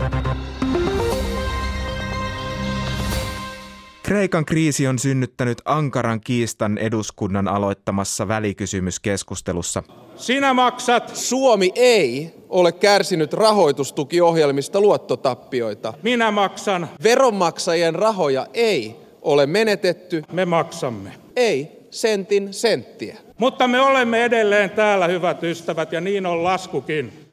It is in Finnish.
Kreikan kriisi on synnyttänyt ankaran kiistan eduskunnan aloittamassa välikysymyskeskustelussa. Sinä maksat. Suomi ei ole kärsinyt rahoitustukiohjelmista luottotappioita. Minä maksan. Veronmaksajien rahoja ei ole menetetty. Me maksamme. Ei sentin senttiä. Mutta me olemme edelleen täällä, hyvät ystävät, ja niin on laskukin.